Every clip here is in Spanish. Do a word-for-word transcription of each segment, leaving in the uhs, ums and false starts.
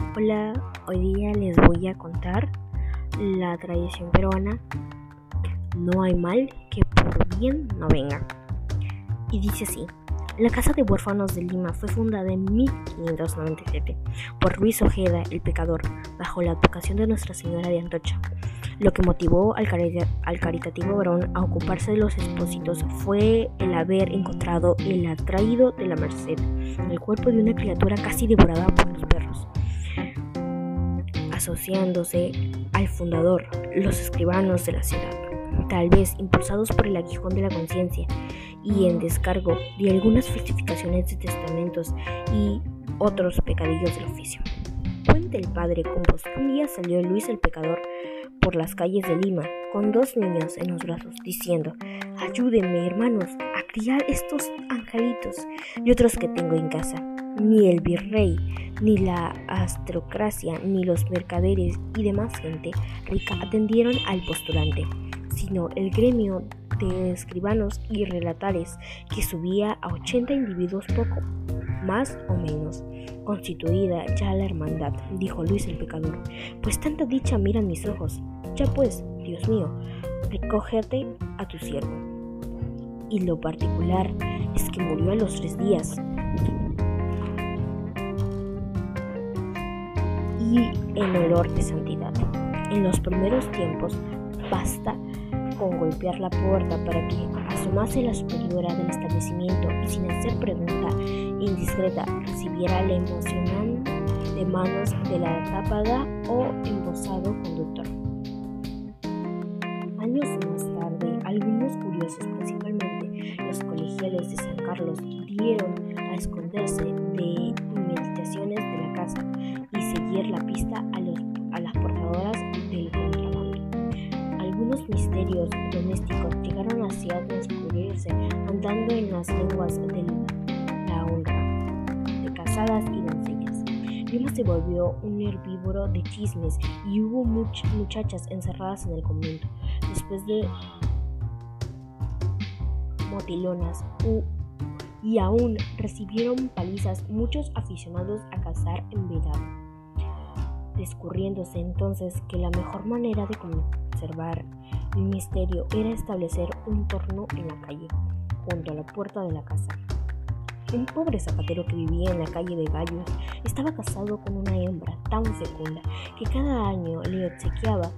Hola, hoy día les voy a contar la tradición peruana "No hay mal que por bien no venga". Y dice así: la Casa de Huérfanos de Lima fue fundada en mil quinientos noventa y siete por Luis Ojeda el Pecador, bajo la advocación de Nuestra Señora de Antocha. Lo que motivó al, cari- al caritativo varón a ocuparse de los expósitos fue el haber encontrado el atraído de la Merced, el cuerpo de una criatura casi devorada por los perros. Asociándose al fundador, los escribanos de la ciudad, tal vez impulsados por el aguijón de la conciencia y en descargo de algunas falsificaciones de testamentos y otros pecadillos del oficio. Cuenta el padre Compos que un día salió Luis el Pecador por las calles de Lima con dos niños en los brazos, diciendo: ayúdenme, hermanos, a criar estos angelitos y otros que tengo en casa. Ni el virrey, ni la aristocracia, ni los mercaderes y demás gente rica atendieron al postulante, sino el gremio de escribanos y relatares, que subía a ochenta individuos, poco más o menos constituida ya la hermandad. Dijo Luis el Pecador: pues tanta dicha miran mis ojos. Ya pues, Dios mío, recógete a tu siervo. Y lo particular es que murió a los tres días. Y en olor de santidad. En los primeros tiempos basta con golpear la puerta para que asomase la superiora del establecimiento y, sin hacer pregunta indiscreta, recibiera la emoción de manos de la tapada o embosado conductor. Años más tarde, algunos curiosos, principalmente los colegiales de San Carlos, dieron a esconderse de meditaciones de la casa y seguir la pista a, los, a las portadoras del contrabando. Algunos misterios domésticos llegaron así a descubrirse andando en las lenguas de la honra de casadas y doncellas. Lima se volvió un herbívoro de chismes y hubo much- muchachas encerradas en el convento, después de motilonas, u- y aún recibieron palizas muchos aficionados a cazar en vedado, descubriéndose entonces que la mejor manera de conservar el misterio era establecer un torno en la calle, junto a la puerta de la casa. Un pobre zapatero que vivía en la calle de Gallos estaba casado con una hembra tan fecunda que cada año le obsequiaba,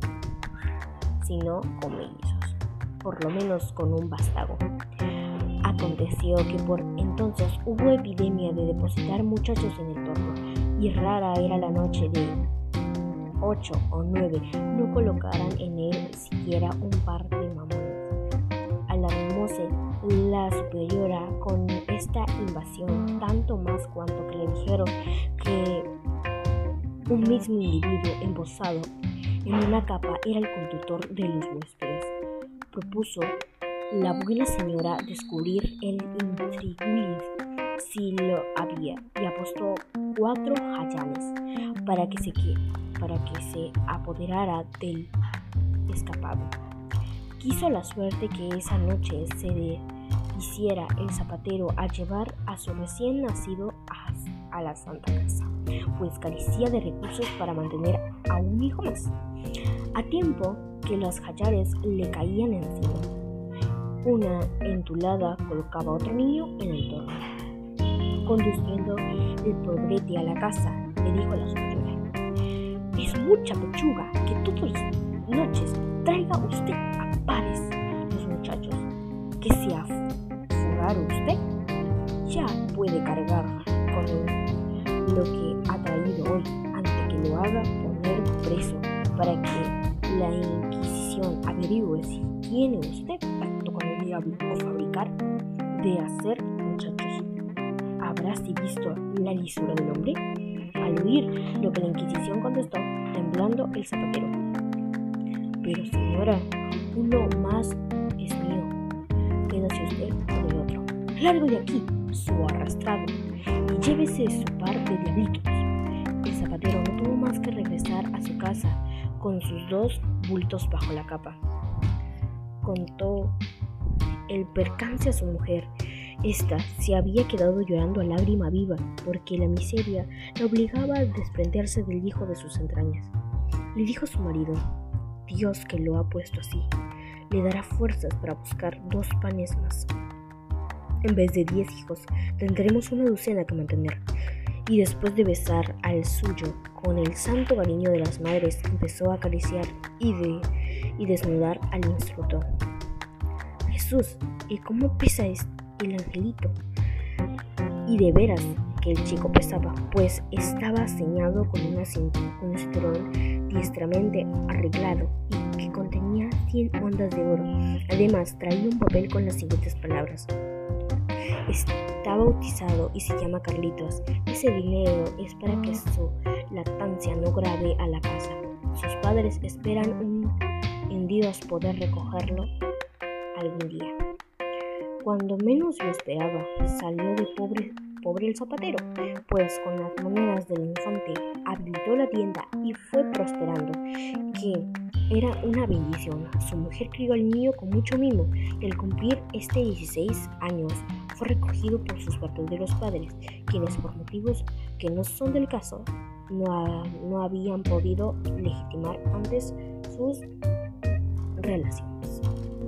si no con mellizos, por lo menos con un vástago. Aconteció que por entonces hubo epidemia de depositar muchachos en el torno, y rara era la noche de ocho o nueve no colocaran en él siquiera un par de mamones. Alarmóse la superiora con esta invasión, tanto más cuanto que le dijeron que un mismo individuo embosado en una capa era el conductor de los huéspedes. Propuso la buena señora descubrir el intrigulis si lo había, y apostó cuatro jayanes para que se para que se apoderara del escapado. Quiso la suerte que esa noche se le hiciera el zapatero a llevar a su recién nacido a, a la Santa Casa, pues carecía de recursos para mantener a un hijo más, a tiempo que los jayares le caían encima. Una entulada colocaba a otro niño en el torno. Conduciendo el pobrete a la casa, le dijo a la superiora: es mucha pechuga que todas las noches traiga usted a pares los muchachos. Que se afugar usted, ya puede cargar con lo que ha traído hoy, antes que lo haga poner preso, para que la Inquisición averigüe si tiene usted pacto con el diablo o fabricar de hacer muchachos. ¿Habrás visto la lisura del hombre? Al oír lo que la Inquisición contestó, temblando el zapatero: pero señora, uno más es mío. Quédase usted con el otro. Largo de aquí, su arrastrado, y llévese su par de diablitos. El zapatero no tuvo más que regresar a su casa con sus dos bultos bajo la capa. Contó el percance a su mujer, Esta se había quedado llorando a lágrima viva porque la miseria la obligaba a desprenderse del hijo de sus entrañas. Le dijo a su marido: Dios, que lo ha puesto así, le dará fuerzas para buscar dos panes más. En vez de diez hijos, tendremos una docena que mantener. Y después de besar al suyo con el santo cariño de las madres, empezó a acariciar y, de, y desnudar al instructor. Jesús, ¿y cómo pesa el angelito? Y de veras que el chico pesaba, pues estaba ceñado con, una cinta, un cinturón diestramente arreglado y que contenía cien ondas de oro. Además, traía un papel con las siguientes palabras: Está bautizado y se llama Carlitos. Ese dinero es para que su lactancia no grave a la casa. Sus padres esperan un, en Dios poder recogerlo algún día. Cuando menos lo esperaba, salió de pobre, pobre el zapatero, pues con las monedas del infante habilitó la tienda y fue prosperando, que era una bendición. Su mujer crió al niño con mucho mimo y al cumplir este dieciséis años fue recogido por sus verdaderos padres, quienes por motivos que no son del caso no, ha, no habían podido legitimar antes sus relaciones.